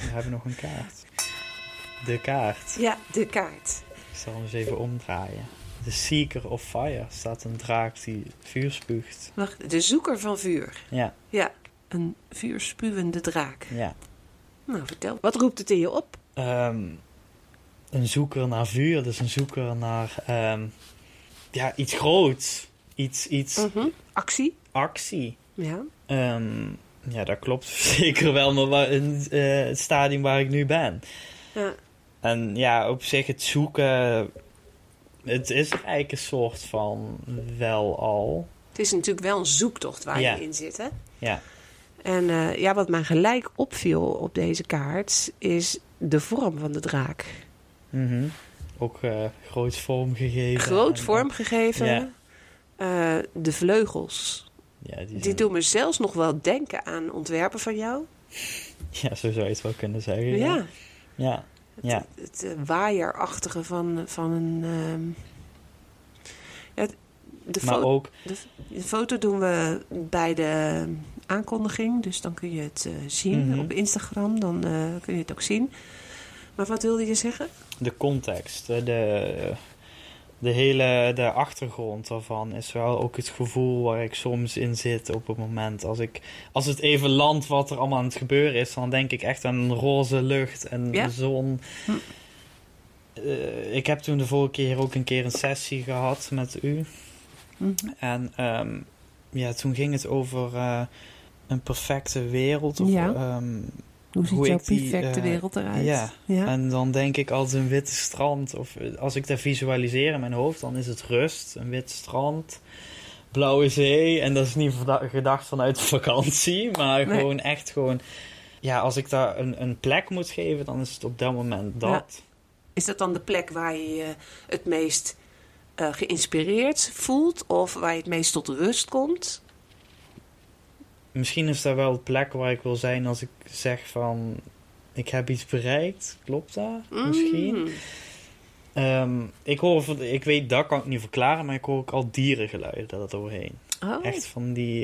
De kaart. Ja, de kaart. Ik zal hem eens even omdraaien. De Seeker of Fire staat een draak die vuur spuugt. Wacht, de zoeker van vuur. Ja. Ja, een vuurspuwende draak. Ja. Nou, vertel. Wat roept het in je op? Een zoeker naar vuur, dus een zoeker naar iets groots. Iets... Actie. Ja. Dat klopt zeker wel, maar in het stadium waar ik nu ben. Ja. En op zich het zoeken... Het is eigenlijk een soort van wel al. Het is natuurlijk wel een zoektocht waar je in zit, hè? Ja. En wat mij gelijk opviel op deze kaart is de vorm van de draak. Ook groot vormgegeven. Ja. De vleugels. Ja, die doen me zelfs nog wel denken aan ontwerpen van jou. Ja, zo zou je het wel kunnen zeggen. Ja. Het waaierachtige van een... de foto doen we bij de aankondiging. Dus dan kun je het zien op Instagram. Dan kun je het ook zien. Maar wat wilde je zeggen? De context. De achtergrond daarvan is wel ook het gevoel waar ik soms in zit op het moment. Als het even landt wat er allemaal aan het gebeuren is, dan denk ik echt aan een roze lucht en de zon. ik heb toen de vorige keer ook een keer een sessie gehad met u. Mm-hmm. En toen ging het over een perfecte wereld. Of, Ja. Hoe ziet jouw ik die, perfecte wereld eruit? Ja. En dan denk ik altijd een witte strand. Of als ik dat visualiseer in mijn hoofd, dan is het rust. Een wit strand, blauwe zee. En dat is niet gedacht vanuit vakantie. Maar gewoon echt gewoon... Ja, als ik daar een plek moet geven, dan is het op dat moment dat. Ja. Is dat dan de plek waar je je het meest geïnspireerd voelt? Of waar je het meest tot rust komt? Misschien is dat wel de plek waar ik wil zijn als ik zeg van... Ik heb iets bereikt. Klopt dat? Misschien. Ik weet, dat kan ik niet verklaren, maar ik hoor ook al dierengeluiden dat overheen. Oh. Echt van die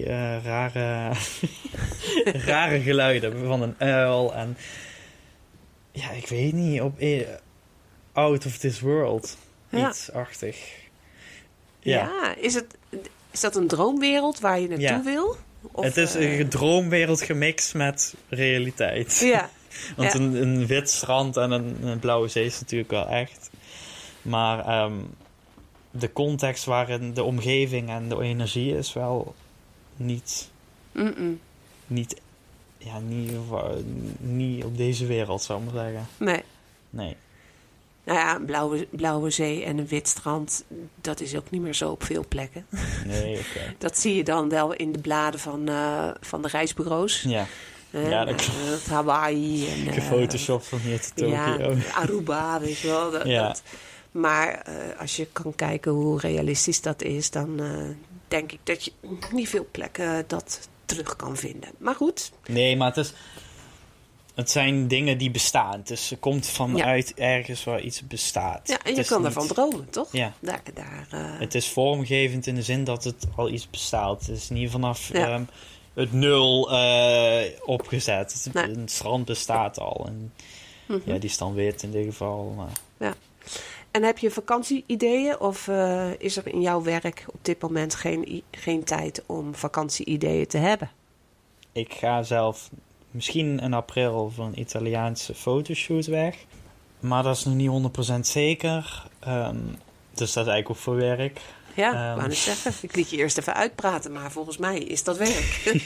rare geluiden van een uil en... Ja, ik weet niet. Out of this world. Ja. Iets-achtig. Ja, is dat een droomwereld waar je naartoe wil? Of, het is een droomwereld gemixt met realiteit. Ja. Want een wit strand en een blauwe zee is natuurlijk wel echt. Maar de context waarin de omgeving en de energie is wel niet op deze wereld, zou ik maar zeggen. Nee. Nou ja, een blauwe zee en een wit strand, dat is ook niet meer zo op veel plekken. Nee, oké. Dat zie je dan wel in de bladen van de reisbureaus. Ja. Ja, dat klopt. Hawaii. En, gefotoshopt van hier tot Tokio. Ja, Aruba, weet je wel. Maar als je kan kijken hoe realistisch dat is, dan denk ik dat je niet veel plekken dat terug kan vinden. Maar goed. Nee, maar het zijn dingen die bestaan. Dus het komt vanuit ergens waar iets bestaat. Ja, en je kan daarvan dromen, toch? Ja. Het is vormgevend in de zin dat het al iets bestaat. Het is niet vanaf het nul opgezet. Een strand bestaat al. En ja, die is dan wit in dit geval. Maar... Ja. En heb je vakantie-ideeën? Of is er in jouw werk op dit moment geen tijd om vakantie-ideeën te hebben? Ik ga zelf misschien in april voor een Italiaanse fotoshoot weg. Maar dat is nog niet 100% zeker. Dus dat is eigenlijk ook voor werk. Ja, ik wou net zeggen. Ik liet je eerst even uitpraten, maar volgens mij is dat werk.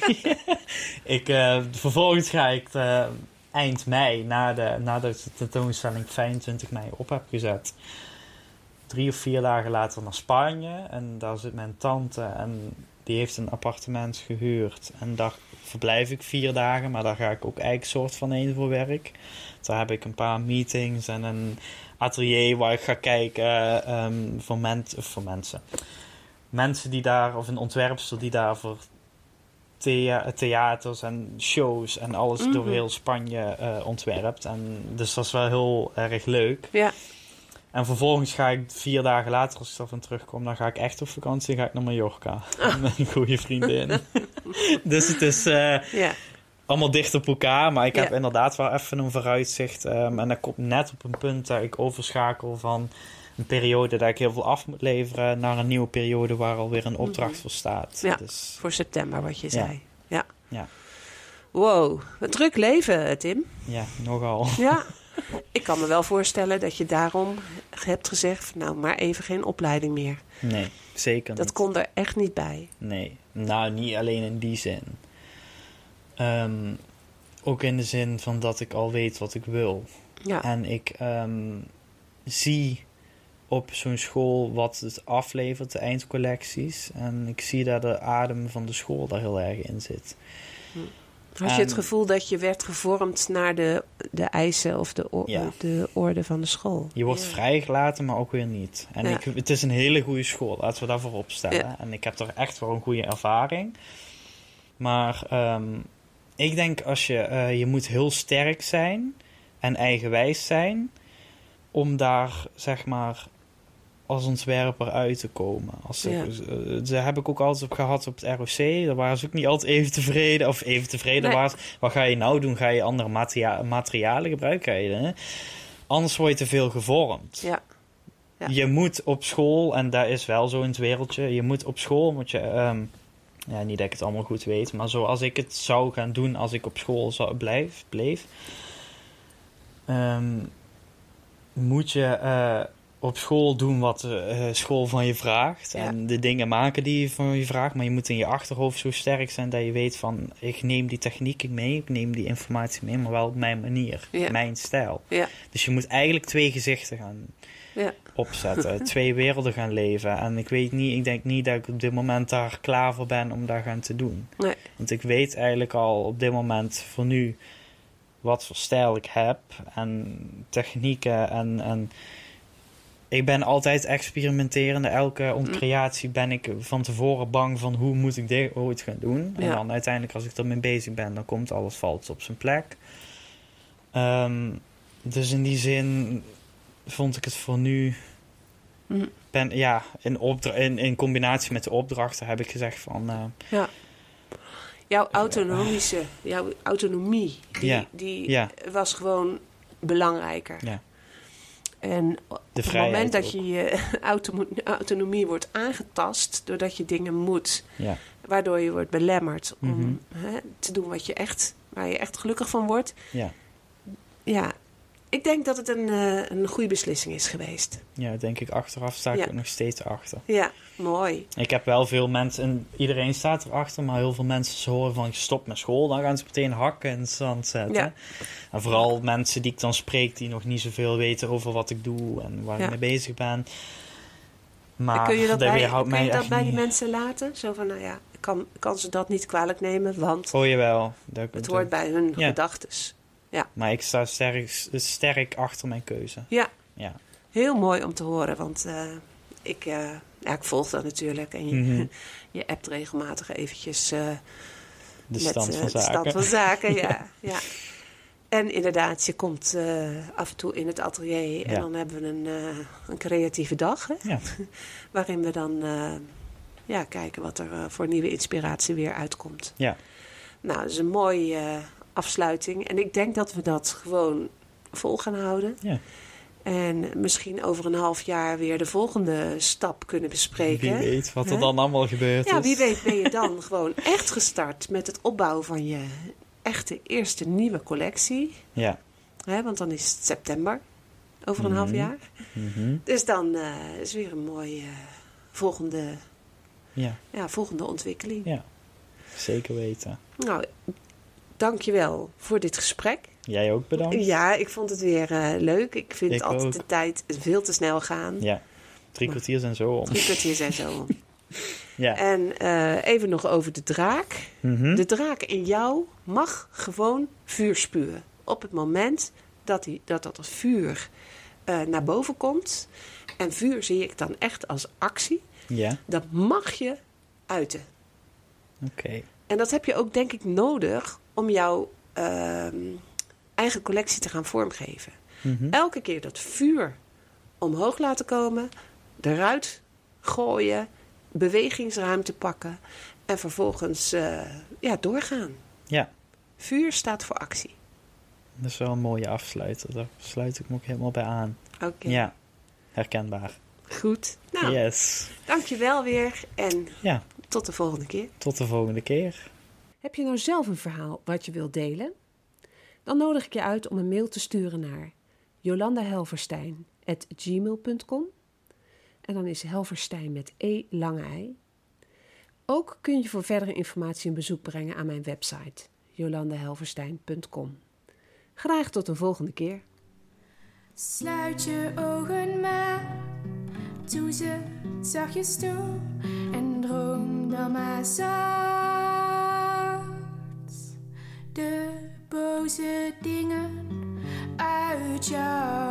Vervolgens ga ik eind mei, nadat ik de tentoonstelling 25 mei op heb gezet, 3 of 4 dagen later naar Spanje. En daar zit mijn tante en die heeft een appartement gehuurd. En daar verblijf ik 4 dagen, maar daar ga ik ook eigenlijk soort van heen voor werk. Daar heb ik een paar meetings en een atelier waar ik ga kijken voor mensen. Mensen die daar, of een ontwerpster die daar voor theaters en shows en alles door heel Spanje ontwerpt. En dus dat is wel heel erg leuk. Ja. En vervolgens ga ik 4 dagen later, als ik daarvan terugkom, dan ga ik echt op vakantie en ga ik naar Mallorca. Met een goede vriendin. Dus het is allemaal dicht op elkaar. Maar ik heb inderdaad wel even een vooruitzicht. En dat komt net op een punt dat ik overschakel van een periode dat ik heel veel af moet leveren naar een nieuwe periode waar alweer een opdracht voor staat. Ja, dus, voor september wat je zei. Ja. Wow, een druk leven, Tim. Ja, nogal. Ja, ik kan me wel voorstellen dat je daarom hebt gezegd, nou, maar even geen opleiding meer. Nee, zeker niet. Dat kon er echt niet bij. Nee, nou, niet alleen in die zin. Ook in de zin van dat ik al weet wat ik wil. Ja. En ik zie op zo'n school wat het aflevert, de eindcollecties. En ik zie dat de adem van de school daar heel erg in zit. Had je het gevoel dat je werd gevormd naar de eisen of de orde van de school? Je wordt vrijgelaten, maar ook weer niet. En het is een hele goede school, laten we daarvoor opstellen. Ja. En ik heb er echt wel een goede ervaring. Maar ik denk als je moet heel sterk zijn en eigenwijs zijn om daar, zeg maar, als ontwerper uit te komen. Daar heb ik ook altijd op gehad op het ROC. Daar waren ze ook niet altijd even tevreden. Of even tevreden waren. Wat ga je nou doen? Ga je andere materialen gebruiken? Anders word je te veel gevormd. Ja. Ja. Je moet op school, en dat is wel zo in het wereldje. Je moet op school, moet je... niet dat ik het allemaal goed weet. Maar zoals ik het zou gaan doen als ik op school bleef. moet je op school doen wat school van je vraagt. Ja. En de dingen maken die je van je vraagt. Maar je moet in je achterhoofd zo sterk zijn dat je weet van... ik neem die technieken mee, ik neem die informatie mee... maar wel op mijn manier, mijn stijl. Ja. Dus je moet eigenlijk 2 gezichten gaan opzetten. 2 werelden gaan leven. En ik denk niet dat ik op dit moment daar klaar voor ben om dat gaan te doen. Nee. Want ik weet eigenlijk al op dit moment voor nu... wat voor stijl ik heb en technieken en ik ben altijd experimenterende. Elke creatie ben ik van tevoren bang van hoe moet ik dit ooit gaan doen. Ja. En dan uiteindelijk als ik ermee bezig ben, dan komt alles valt op zijn plek. Dus in die zin vond ik het voor nu... in combinatie met de opdrachten heb ik gezegd van... Jouw autonomie, die was gewoon belangrijker. Ja. En op het moment dat je autonomie wordt aangetast... doordat je dingen moet... waardoor je wordt belemmerd om te doen waar je echt gelukkig van wordt... Ja, ik denk dat het een goede beslissing is geweest. Ja, denk ik. Achteraf sta ik ook nog steeds achter. Ja, mooi. Ik heb wel veel mensen, en iedereen staat erachter, maar heel veel mensen horen van stop met school, dan gaan ze meteen hakken in het zand zetten. Ja. En vooral mensen die ik dan spreek, die nog niet zoveel weten over wat ik doe en waar ik mee bezig ben. Maar kun je dat bij die mensen laten? Zo van, kan ze dat niet kwalijk nemen, want jawel. Het hoort bij hun gedachtes. Ja. Maar ik sta sterk achter mijn keuze. Ja. Heel mooi om te horen, want ik volg dat natuurlijk. En je appt regelmatig eventjes de stand van zaken. Ja. En inderdaad, je komt af en toe in het atelier en dan hebben we een creatieve dag. Hè? Ja. Waarin we dan kijken wat er voor nieuwe inspiratie weer uitkomt. Ja. Nou, dat is een mooie afsluiting. En ik denk dat we dat gewoon vol gaan houden. Ja. En misschien over een half jaar weer de volgende stap kunnen bespreken. Wie weet wat er dan allemaal gebeurt. Ja, wie weet ben je dan gewoon echt gestart met het opbouwen van je echte eerste nieuwe collectie. Ja. Want dan is het september. Over een half jaar. Dus dan is weer een mooie volgende ontwikkeling. Ja, zeker weten. Nou, dankjewel voor dit gesprek. Jij ook bedankt. Ja, ik vond het weer leuk. Ik vind altijd de tijd veel te snel gaan. Ja, 3 kwartier zijn zo om. 3 kwartier zijn zo om. Ja. En even nog over de draak. De draak in jou mag gewoon vuur spuwen. Op het moment dat vuur naar boven komt. En vuur zie ik dan echt als actie. Ja. Dat mag je uiten. Oké. En dat heb je ook denk ik nodig om jouw eigen collectie te gaan vormgeven. Elke keer dat vuur omhoog laten komen, eruit gooien, bewegingsruimte pakken en vervolgens doorgaan. Ja. Vuur staat voor actie. Dat is wel een mooie afsluiter. Daar sluit ik me ook helemaal bij aan. Oké. Ja, herkenbaar. Goed. Nou, yes. Dankjewel weer en tot de volgende keer. Tot de volgende keer. Heb je nou zelf een verhaal wat je wilt delen? Dan nodig ik je uit om een mail te sturen naar jolandahelverstein@gmail.com. En dan is Helverstein met lange ei. Ook kun je voor verdere informatie een bezoek brengen aan mijn website jolandahelverstein.com. Graag tot een volgende keer. Sluit je ogen maar, doe ze zachtjes toe en droom dan maar zacht. De boze dingen uit jou